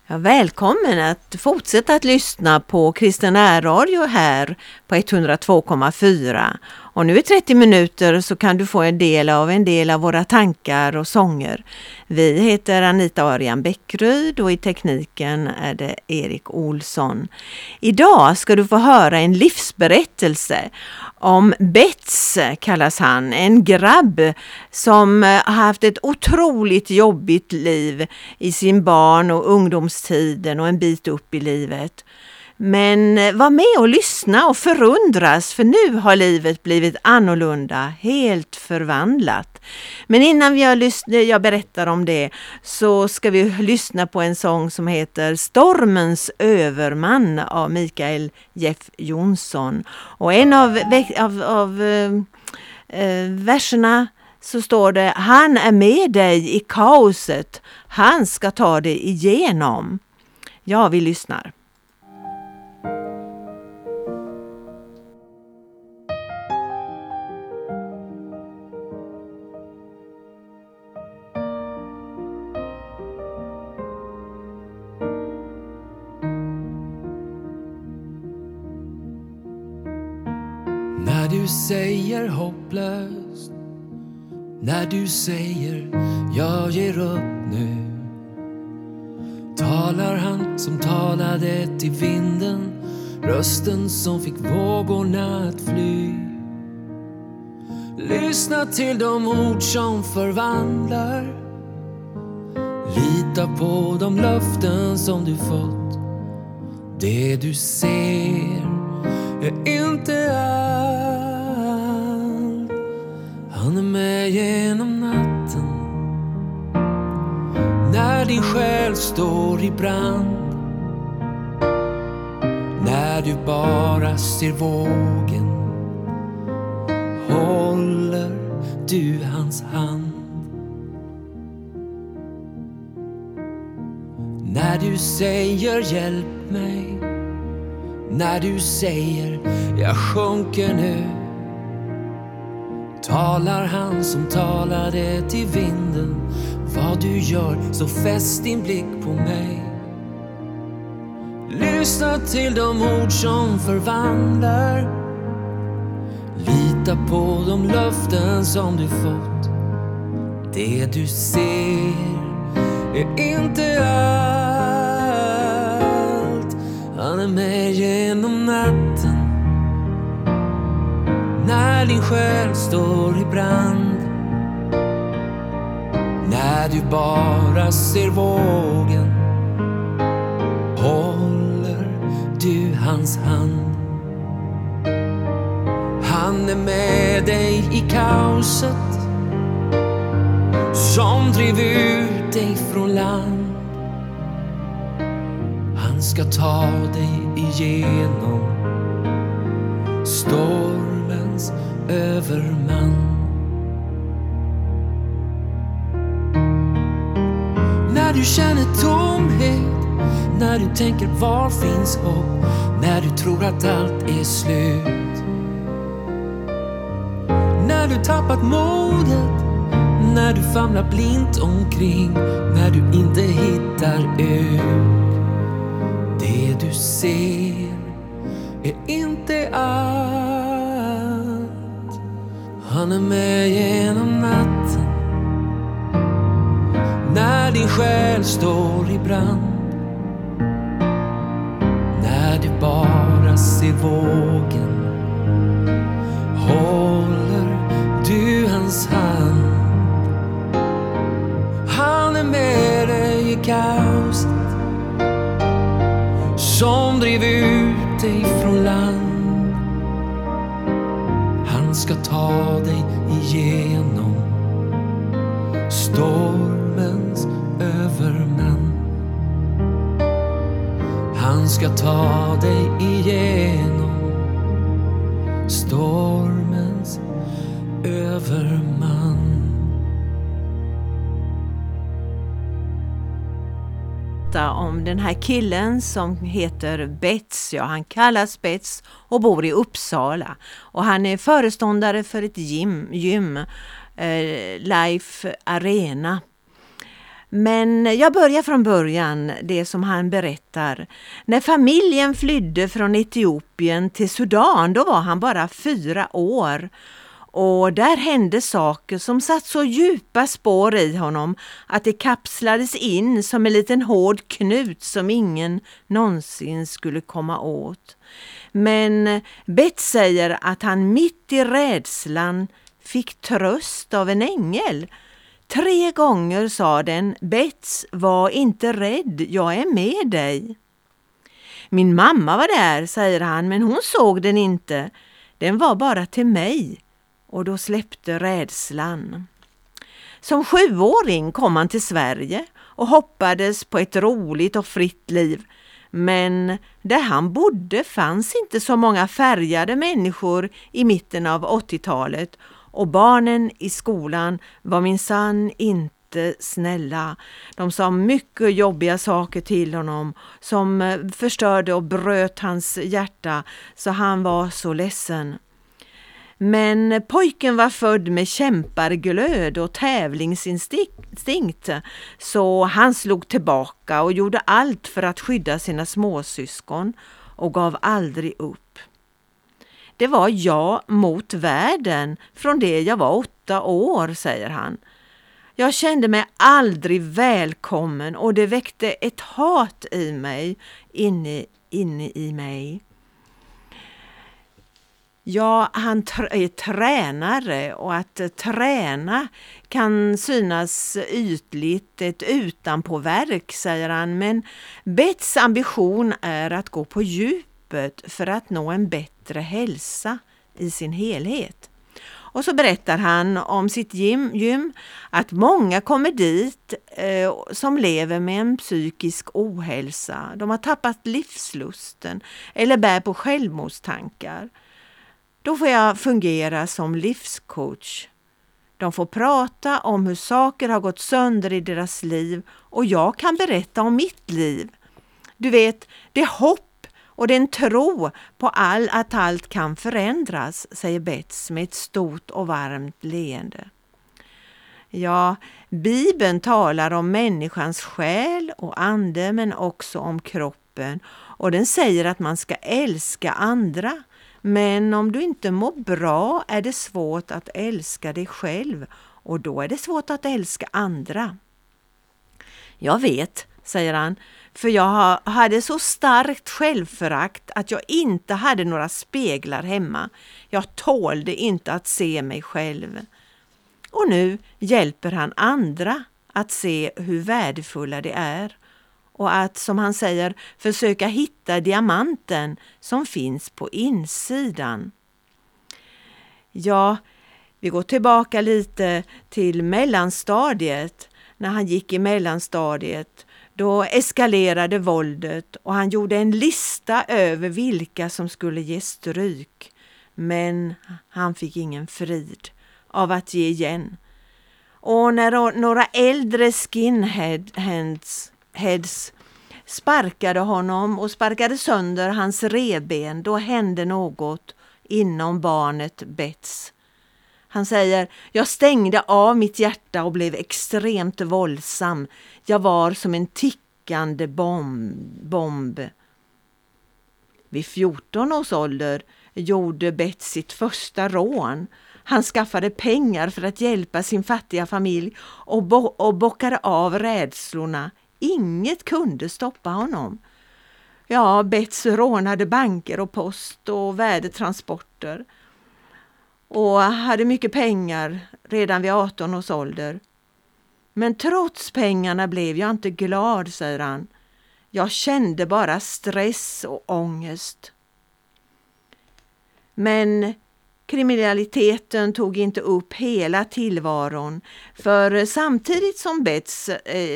Ja, välkommen att fortsätta att lyssna på Kristen Radio här på 102,4. Och nu i 30 minuter så kan du få en del av våra tankar och sånger. Vi heter Anita Arian Bäckryd och i tekniken är det Erik Olsson. Idag ska du få höra en livsberättelse om Bets, kallas han. En grabb som har haft ett otroligt jobbigt liv i sin barn- och ungdomstiden och en bit upp i livet. Men var med och lyssna och förundras, för nu har livet blivit annorlunda, helt förvandlat. Men innan jag berättar om det så ska vi lyssna på en sång som heter Stormens överman av Mikael Jeff Jonsson. Och en av verserna så står det: Han är med dig i kaoset, han ska ta dig igenom. Ja, vi lyssnar. När du säger hopplöst, när du säger jag ger upp nu, talar han som talade till vinden, rösten som fick vågorna att fly. Lyssna till de ord som förvandlar, lita på de löften som du fått. Det du ser är inte allt. Han är med genom natten, när din själ står i brand, när du bara ser vågen, håller du hans hand. När du säger hjälp mig, när du säger jag sjunker nu, talar han som talade till vinden. Vad du gör, så fäst din blick på mig. Lyssna till de ord som förvandlar, lita på de löften som du fått. Det du ser är inte allt. Han är med genom natten, när din själ står i brand, när du bara ser vågen, håller du hans hand. Han är med dig i kaoset som drev ut dig från land. Han ska ta dig igenom stormens överman. När du känner tomhet, när du tänker var finns hopp, när du tror att allt är slut, när du tappat modet, när du famlar blint omkring, när du inte hittar ut. Det du ser är inte allt. Han är med genom natten, när din själ står i brand, när du bara ser vågen, håller du hans hand. Han är med dig i kaoset som drev ut dig från land. Han ska ta dig igenom stormens överman. Han ska ta dig igenom stormens överman. Om den här killen som heter Bets. Ja, han kallas Bets och bor i Uppsala. Och han är föreståndare för ett gym Life Arena. Men jag börjar från början, det som han berättar. När familjen flydde från Etiopien till Sudan, då var han bara 4 år. Och där hände saker som satt så djupa spår i honom att det kapslades in som en liten hård knut som ingen någonsin skulle komma åt. Men Beth säger att han mitt i rädslan fick tröst av en ängel. 3 gånger sa den: Bets, var inte rädd, jag är med dig. Min mamma var där, säger han, men hon såg den inte. Den var bara till mig. Och då släppte rädslan. Som 7-åring kom han till Sverige och hoppades på ett roligt och fritt liv. Men där han bodde fanns inte så många färgade människor i mitten av 80-talet. Och barnen i skolan var minsann inte snälla. De sa mycket jobbiga saker till honom som förstörde och bröt hans hjärta, så han var så ledsen. Men pojken var född med kämparglöd och tävlingsinstinkt, så han slog tillbaka och gjorde allt för att skydda sina småsyskon och gav aldrig upp. Det var jag mot världen från det jag var 8 år, säger han. Jag kände mig aldrig välkommen och det väckte ett hat i mig, inne i mig. Ja, han är tränare, och att träna kan synas ytligt, ett utanpåverk, säger han. Men Bets ambition är att gå på djupet för att nå en bättre hälsa i sin helhet. Och så berättar han om sitt gym, att många kommer dit som lever med en psykisk ohälsa. De har tappat livslusten eller bär på självmordstankar. Då får jag fungera som livscoach. De får prata om hur saker har gått sönder i deras liv och jag kan berätta om mitt liv. Du vet, det är hopp och det är en tro på att allt kan förändras, säger Bets med ett stort och varmt leende. Ja, Bibeln talar om människans själ och ande, men också om kroppen. Och den säger att man ska älska andra. Men om du inte mår bra är det svårt att älska dig själv, och då är det svårt att älska andra. Jag vet, säger han, för jag hade så starkt självförakt att jag inte hade några speglar hemma. Jag tålde inte att se mig själv. Och nu hjälper han andra att se hur värdefulla de är. Och att, som han säger, försöka hitta diamanten som finns på insidan. Ja, vi går tillbaka lite till mellanstadiet. När han gick i mellanstadiet, då eskalerade våldet och han gjorde en lista över vilka som skulle ge stryk. Men han fick ingen frid av att ge igen. Och när några äldre skinheads sparkade honom och sparkade sönder hans revben, då hände något inom barnet Bets. Han säger: jag stängde av mitt hjärta och blev extremt våldsam. Jag var som en tickande bomb. Vid 14 års ålder gjorde Bets sitt första rån. Han skaffade pengar för att hjälpa sin fattiga familj och bockade av rädslorna. Inget kunde stoppa honom. Ja, Bets rånade banker och post och värdetransporter och hade mycket pengar redan vid 18 års ålder. Men trots pengarna blev jag inte glad, säger han. Jag kände bara stress och ångest. Men kriminaliteten tog inte upp hela tillvaron, för samtidigt som Bets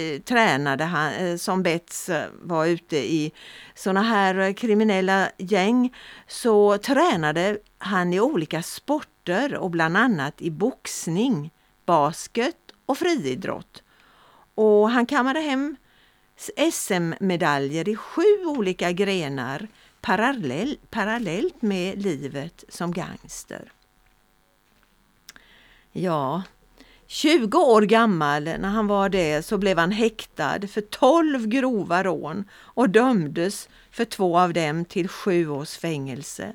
som Bets var ute i såna här kriminella gäng, så tränade han i olika sporter och bland annat i boxning, basket och friidrott. Och han kammade hem SM-medaljer i 7 olika grenar parallellt med livet som gangster. Ja, 20 år gammal när han var det så blev han häktad för 12 grova rån och dömdes för 2 av dem till 7 års fängelse.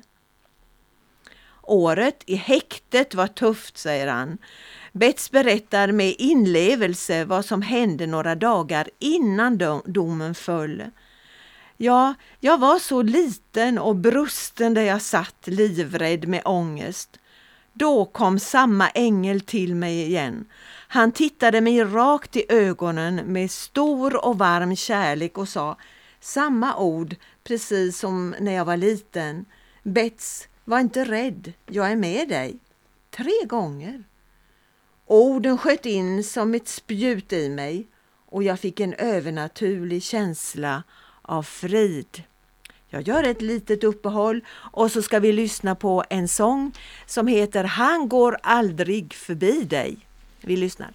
Året i häktet var tufft, säger han. Betts berättar med inlevelse vad som hände några dagar innan domen föll. Ja, jag var så liten och brusten där jag satt livrädd med ångest. Då kom samma ängel till mig igen. Han tittade mig rakt i ögonen med stor och varm kärlek och sa samma ord precis som när jag var liten. Betts, var inte rädd, jag är med dig. 3 gånger. Orden sköt in som ett spjut i mig och jag fick en övernaturlig känsla av frid. Jag gör ett litet uppehåll och så ska vi lyssna på en sång som heter Han går aldrig förbi dig. Vi lyssnar.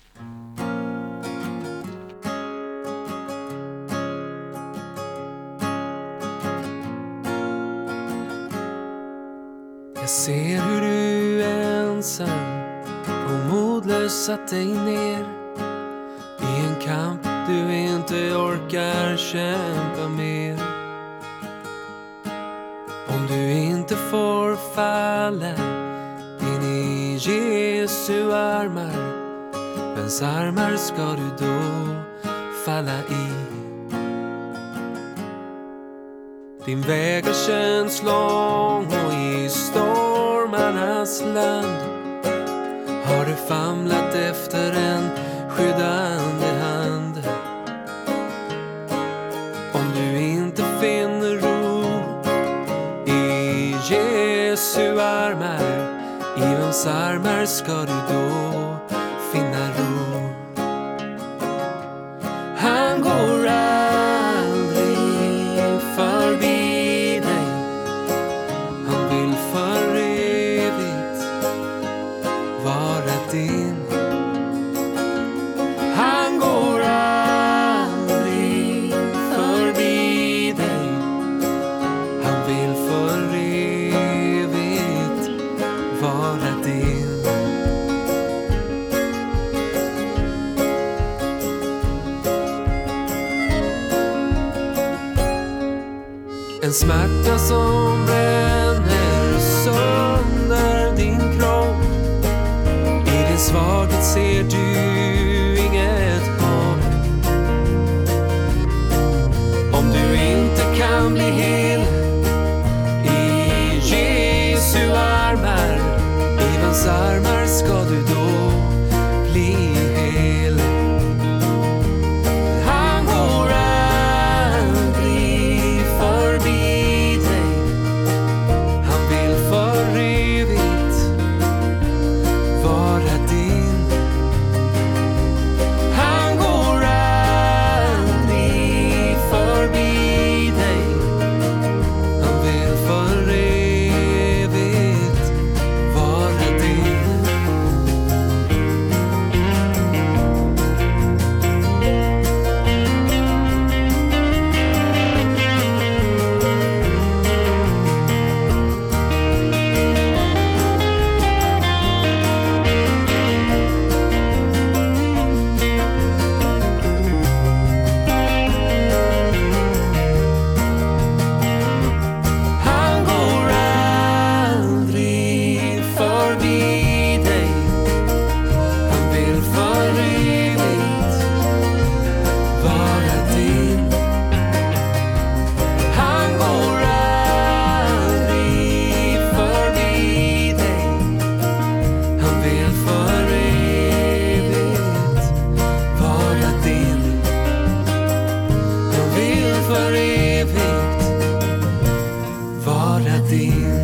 Jag ser hur du ensam och modlös satt dig ner i en kamp du inte orkar kämpa mer. Om du inte får falla in i Jesu armar, vems armar ska du då falla i? Din väg har känts lång och i stormarnas land har du famlat efter en skyddande hand. Om du inte finner ro i Jesu armar, i vems armar ska du då finna ro? Han går aldrig förbi dig, han vill för evigt vara din. Han går aldrig förbi dig, han vill för evigt vara din. En smärta som bränner sönder din kropp, i din svaghet ser du inget hopp. Om du inte kan bli hel i Jesu armar, i vems armar ska du då bli hel? Han går aldrig förbi dig, han vill för evigt vara din. Han går aldrig förbi dig, han vill för evigt vara din. Han går aldrig förbi dig, han vill för evigt vara din. Han går aldrig förbi dig, han vill för evigt vara din. Han vill för evigt vara din.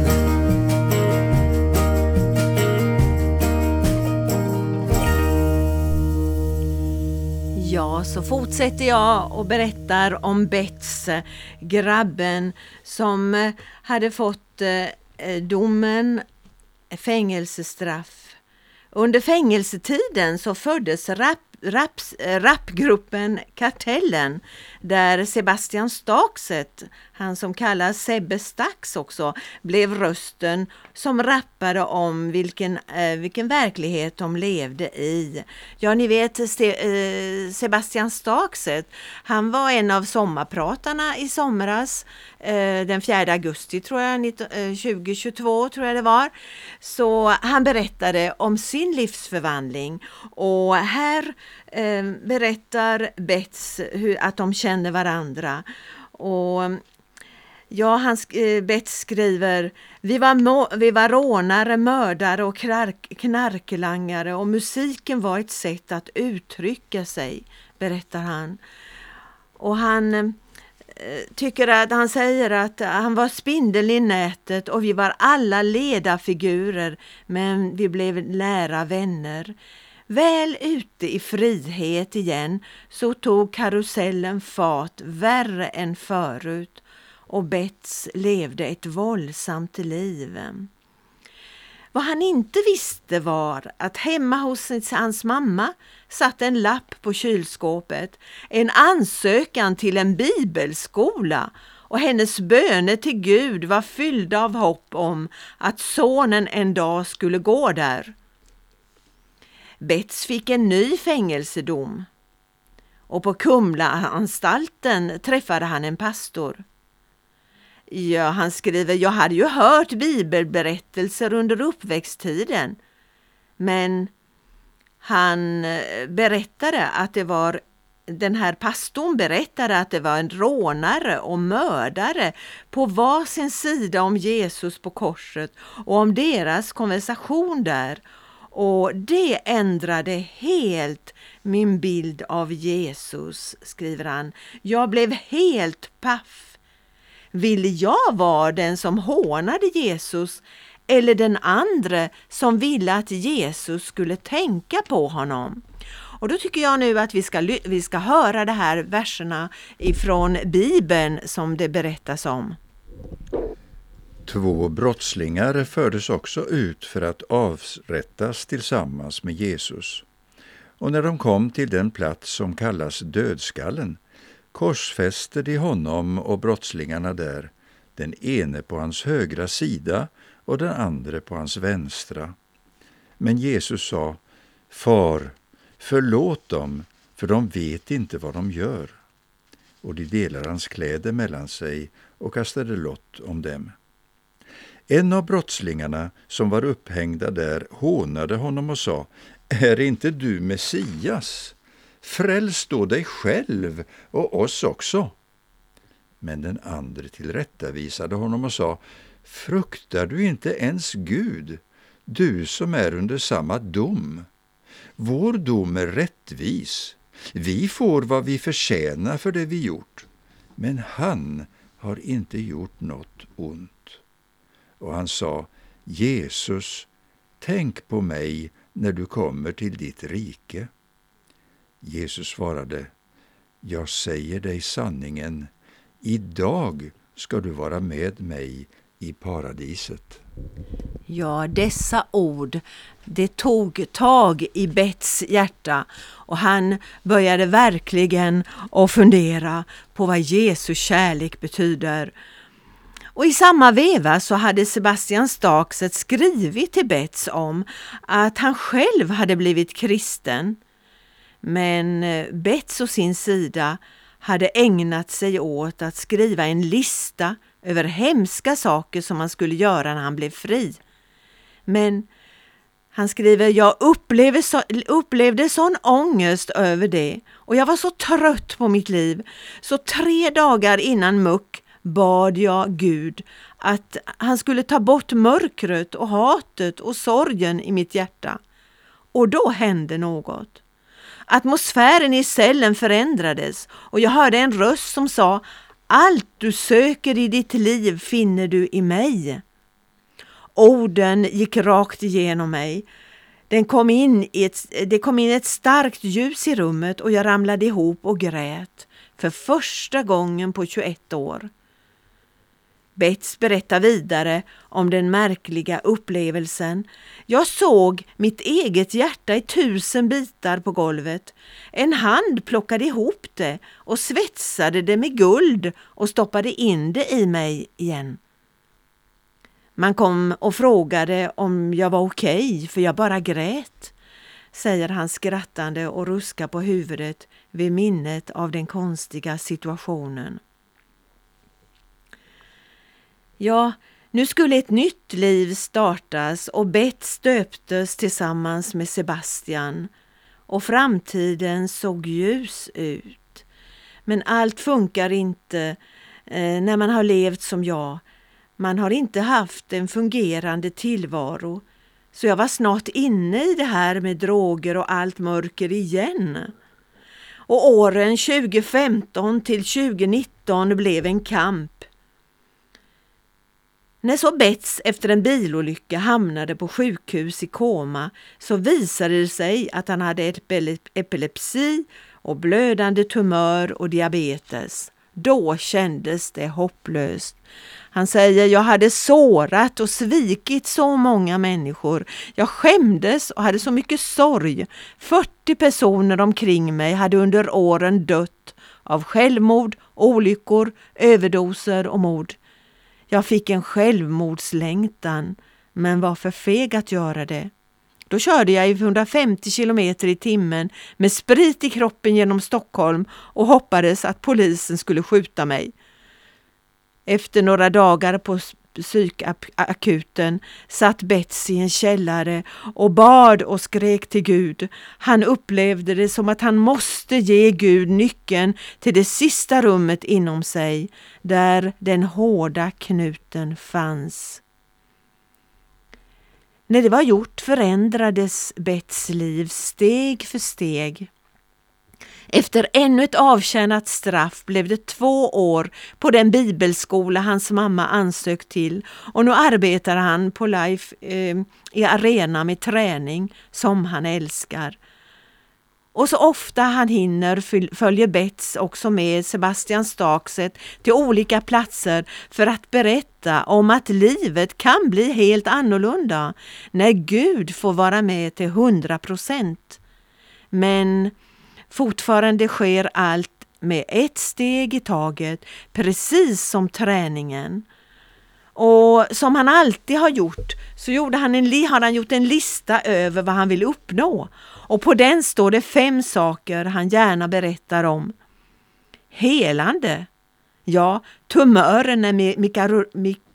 Ja, så fortsätter jag och berättar om Betts, grabben som hade fått domen, fängelsestraff. Under fängelsetiden så föddes rapgruppen Kartellen, där Sebastian Stakset, han som kallas Sebbe Stax också, blev rösten som rappade om vilken verklighet de levde i. Ja, ni vet Sebastian Stakset, han var en av sommarpratarna i somras, den 4 augusti tror jag, 2022 tror jag det var. Så han berättade om sin livsförvandling, och här berättar Bets att de känner varandra. Och ja, Bets skriver: vi var rånare, mördare och knarklangare, och musiken var ett sätt att uttrycka sig, berättar han. Och han han säger att han var spindeln i nätet, och vi var alla ledarfigurer, men vi blev nära vänner. Väl ute i frihet igen så tog karusellen fart värre än förut, och Bets levde ett våldsamt liv. Vad han inte visste var att hemma hos hans mamma satt en lapp på kylskåpet, en ansökan till en bibelskola, och hennes böner till Gud var fyllda av hopp om att sonen en dag skulle gå där. Bets fick en ny fängelsedom, och på Kumlaanstalten träffade han en pastor. Ja, han skriver: jag hade ju hört bibelberättelser under uppväxttiden, men han berättade att den här pastorn berättade att det var en rånare och mördare på varsin sida om Jesus på korset och om deras konversation där. Och det ändrade helt min bild av Jesus, skriver han. Jag blev helt paff. Ville jag vara den som hånade Jesus, eller den andra som ville att Jesus skulle tänka på honom? Och då tycker jag nu att vi ska höra de här verserna ifrån Bibeln som det berättas om. 2 brottslingar fördes också ut för att avrättas tillsammans med Jesus. Och när de kom till den plats som kallas Dödskallen, korsfäste de honom och brottslingarna där, den ene på hans högra sida och den andra på hans vänstra. Men Jesus sa: Far, förlåt dem, för de vet inte vad de gör. Och de delade hans kläder mellan sig och kastade lott om dem. En av brottslingarna som var upphängda där hånade honom och sa: Är inte du Messias? Fräls då dig själv och oss också. Men den andre tillrättavisade honom och sa: Fruktar du inte ens Gud, du som är under samma dom? Vår dom är rättvis. Vi får vad vi förtjänar för det vi gjort. Men han har inte gjort något ont. Och han sa: Jesus, tänk på mig när du kommer till ditt rike. Jesus svarade: Jag säger dig sanningen, idag ska du vara med mig i paradiset. Ja, dessa ord, det tog tag i Bets hjärta, och han började verkligen att fundera på vad Jesu kärlek betyder. Och i samma veva så hade Sebastian Stakset skrivit till Bets om att han själv hade blivit kristen. Men Bets å sin sida hade ägnat sig åt att skriva en lista över hemska saker som han skulle göra när han blev fri. Men han skriver: jag upplevde sån ångest över det, och jag var så trött på mitt liv, så 3 dagar innan muck bad jag Gud att han skulle ta bort mörkret och hatet och sorgen i mitt hjärta. Och då hände något. Atmosfären i cellen förändrades, och jag hörde en röst som sa: allt du söker i ditt liv finner du i mig. Orden gick rakt igenom mig. Det kom in ett starkt ljus i rummet, och jag ramlade ihop och grät för första gången på 21 år. Bets berättar vidare om den märkliga upplevelsen. Jag såg mitt eget hjärta i 1000 bitar på golvet. En hand plockade ihop det och svetsade det med guld och stoppade in det i mig igen. Man kom och frågade om jag var okej, för jag bara grät, säger han skrattande och ruskar på huvudet vid minnet av den konstiga situationen. Ja, nu skulle ett nytt liv startas och Bets stöptes tillsammans med Sebastian och framtiden såg ljus ut. Men allt funkar inte när man har levt som jag. Man har inte haft en fungerande tillvaro, så jag var snart inne i det här med droger och allt mörker igen. Och åren 2015 till 2019 blev en kamp. När så Bets efter en bilolycka hamnade på sjukhus i koma så visade det sig att han hade epilepsi och blödande tumör och diabetes. Då kändes det hopplöst. Han säger, jag hade sårat och svikit så många människor. Jag skämdes och hade så mycket sorg. 40 personer omkring mig hade under åren dött av självmord, olyckor, överdoser och mord. Jag fick en självmordslängtan, men var för feg att göra det. Då körde jag i 150 kilometer i timmen med sprit i kroppen genom Stockholm och hoppades att polisen skulle skjuta mig. Efter några dagar på psykakuten satt Bets i en källare och bad och skrek till Gud. Han upplevde det som att han måste ge Gud nyckeln till det sista rummet inom sig, där den hårda knuten fanns. När det var gjort förändrades Bets liv steg för steg. Efter ännu ett avtjänat straff blev det 2 år på den bibelskola hans mamma ansökt till, och nu arbetar han på Life i Arena med träning som han älskar. Och så ofta han hinner följer Bets också med Sebastian Stakset till olika platser för att berätta om att livet kan bli helt annorlunda när Gud får vara med till 100%. Men fortfarande sker allt med ett steg i taget, precis som träningen. Och som han alltid har gjort så har han gjort en lista över vad han vill uppnå. Och på den står det 5 saker han gärna berättar om. Helande. Ja, tumören är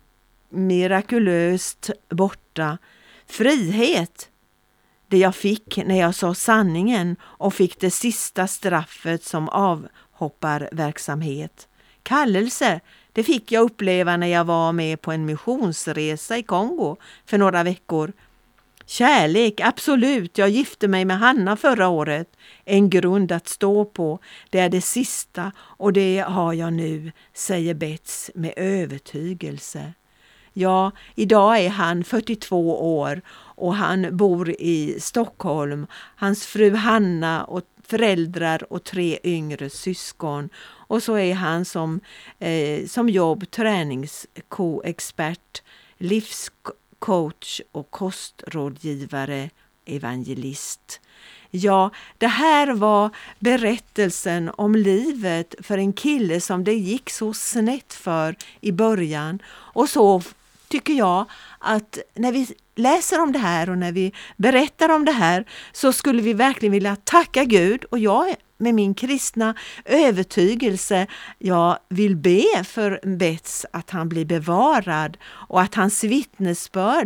mirakulöst borta. Frihet. Det jag fick när jag sa sanningen och fick det sista straffet som avhopparverksamhet. Kallelse. Det fick jag uppleva när jag var med på en missionsresa i Kongo för några veckor. Kärlek, absolut. Jag gifte mig med Hanna förra året. En grund att stå på. Det är det sista och det har jag nu, säger Bets med övertygelse. Ja, idag är han 42 år och han bor i Stockholm. Hans fru Hanna och föräldrar och 3 yngre syskon. Och så är han som jobb träningsexpert, livscoach och kostrådgivare, evangelist. Ja, det här var berättelsen om livet för en kille som det gick så snett för i början. Och så tycker jag att när vi läser om det här och när vi berättar om det här så skulle vi verkligen vilja tacka Gud, och jag med min kristna övertygelse, jag vill be för Bets att han blir bevarad och att hans vittnesbörd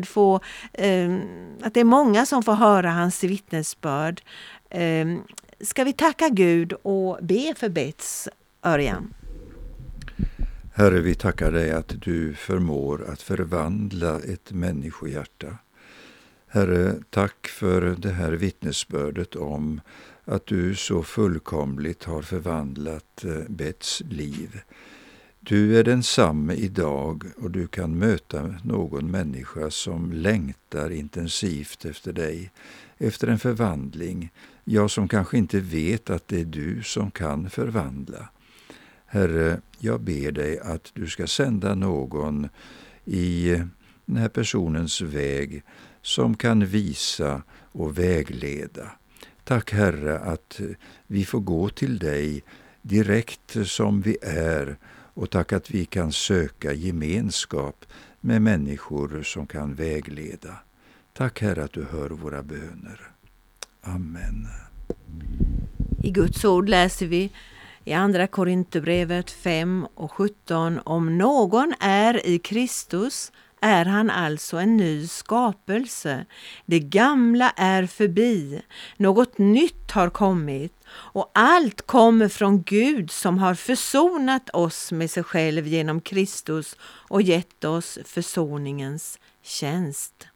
att det är många som får höra hans vittnesbörd. Ska vi tacka Gud och be för Bets, Örjan? Herre, vi tackar dig att du förmår att förvandla ett människohjärta. Herre, tack för det här vittnesbördet om att du så fullkomligt har förvandlat Bets liv. Du är densamme idag och du kan möta någon människa som längtar intensivt efter dig, efter en förvandling. Jag som kanske inte vet att det är du som kan förvandla. Herre, jag ber dig att du ska sända någon i den här personens väg som kan visa och vägleda. Tack Herre att vi får gå till dig direkt som vi är, och tack att vi kan söka gemenskap med människor som kan vägleda. Tack Herre att du hör våra böner. Amen. I Guds ord läser vi i Andra Korinthierbrevet 5:17: om någon är i Kristus är han alltså en ny skapelse. Det gamla är förbi, något nytt har kommit, och allt kommer från Gud som har försonat oss med sig själv genom Kristus och gett oss försoningens tjänst.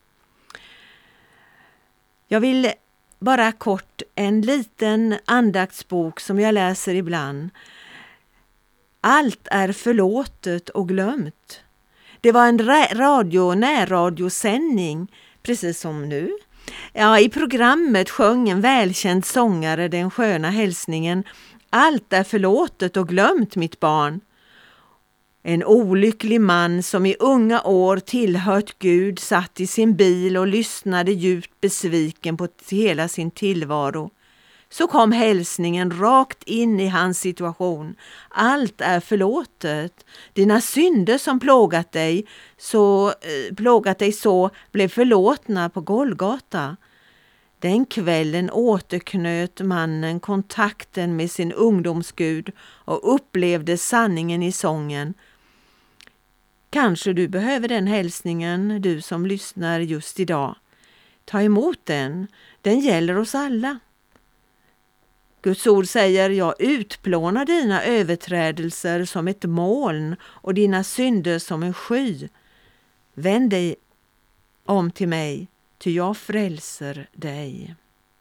Jag vill bara kort en liten andaktsbok som jag läser ibland. Allt är förlåtet och glömt. Det var en närradiosändning, precis som nu. Ja, i programmet sjöng en välkänd sångare den sköna hälsningen: allt är förlåtet och glömt, mitt barn. En olycklig man som i unga år tillhört Gud satt i sin bil och lyssnade djupt besviken på hela sin tillvaro. Så kom hälsningen rakt in i hans situation. Allt är förlåtet. Dina synder som plågat dig så blev förlåtna på Golgata. Den kvällen återknöt mannen kontakten med sin ungdomsgud och upplevde sanningen i sången. Kanske du behöver den hälsningen, du som lyssnar just idag. Ta emot den. Den gäller oss alla. Guds ord säger: jag utplånar dina överträdelser som ett moln och dina synder som en sky. Vänd dig om till mig, ty jag frälser dig.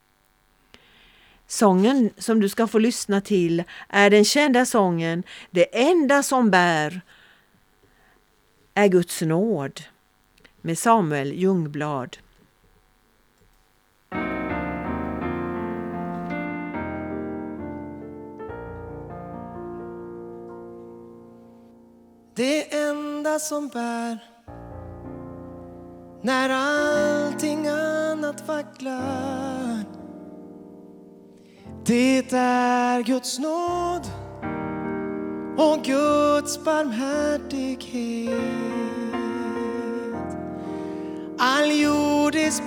Sången som du ska få lyssna till är den kända sången Det enda som bär är Guds nåd, med Samuel Ljungblad. Det enda som bär när allting annat vacklar, det är Guds nåd och Guds barmhärtighet. All jordisk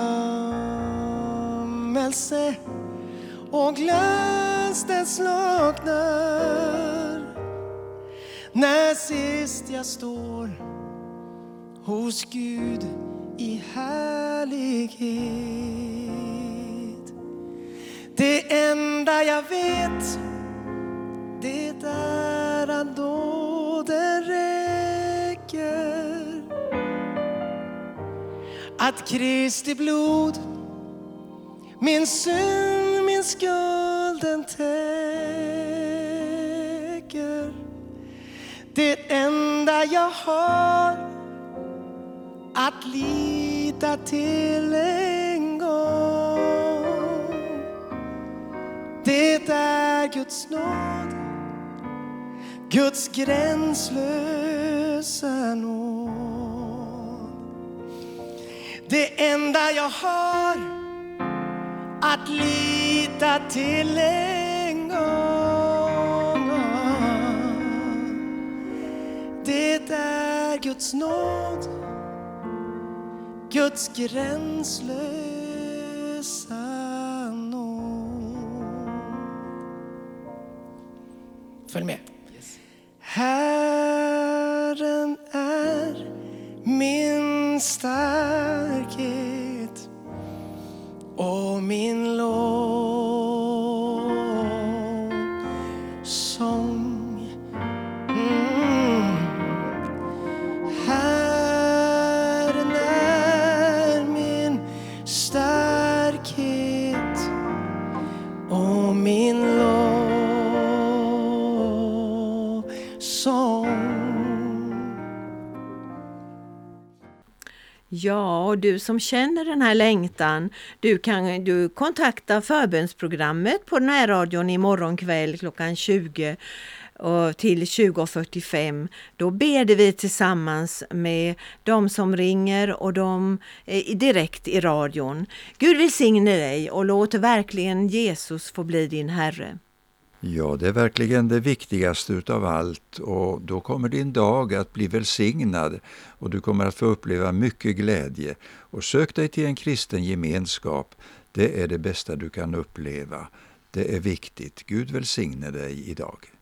berömmelse och glans den slocknar när sist jag står hos Gud i härlighet. Det enda jag vet, det är att nåden räcker, att Kristi blod min synd, min skulden täcker. Det enda jag har att lita till en gång, det är Guds nåd, Guds gränslösa nåd. Det enda jag har att lita till en gång, det är Guds nåd, Guds gränslösa nåd. Följ med. Yes. Herren är min starkhet och min lovsång. Herren är min starkhet och min lovsång. Ja, och du som känner den här längtan, du kontakta förbönsprogrammet på närradion imorgon kväll klockan 20 och till 20:45. Då ber vi tillsammans med de som ringer och de direkt i radion. Gud välsigne dig och låt verkligen Jesus få bli din Herre. Ja, det är verkligen det viktigaste utav allt, och då kommer din dag att bli välsignad och du kommer att få uppleva mycket glädje. Och sök dig till en kristen gemenskap, det är det bästa du kan uppleva. Det är viktigt. Gud välsigne dig idag.